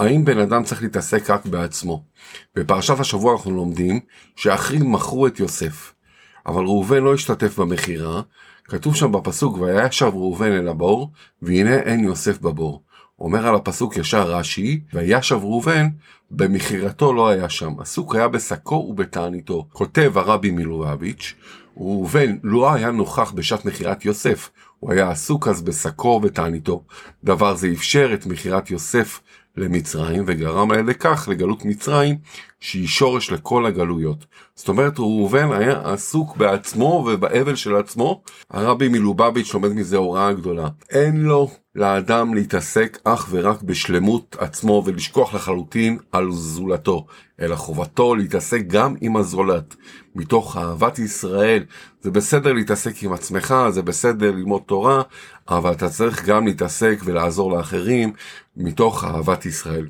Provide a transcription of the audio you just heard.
האם בן אדם צריך להתעסק רק בעצמו? בפרשת השבוע אנחנו לומדים שאחים מכרו את יוסף, אבל ראובן לא השתתף במכירה. כתוב שם בפסוק, וישב ראובן אל הבור, והנה אין יוסף בבור. אומר על הפסוק ישר רש"י, וישב ראובן, במכירתו לא היה שם, עסוק היה בשקו ובתעניתו. כותב הרבי מלובביץ', ראובן לא היה נוכח בשעת מכירת יוסף, הוא היה עסוק אז בשקו ובתעניתו. דבר זה אפשר את מכירת יוסף למצרים, וגרם על ידי כך לגלות מצרים, שהיא שורש לכל הגלויות. זאת אומרת, ראובן היה עסוק בעצמו ובאבל של עצמו. הרבי מלובביץ' לומד מזה הוראה גדולה. אין לו לאדם להתעסק אך ורק בשלמות עצמו ולשכוח לחלוטין על זולתו, אלא חובתו להתעסק גם עם הזולת. מתוך אהבת ישראל, זה בסדר להתעסק עם עצמך, זה בסדר ללמוד תורה, אבל אתה צריך גם להתעסק ולעזור לאחרים מתוך אהבת ישראל.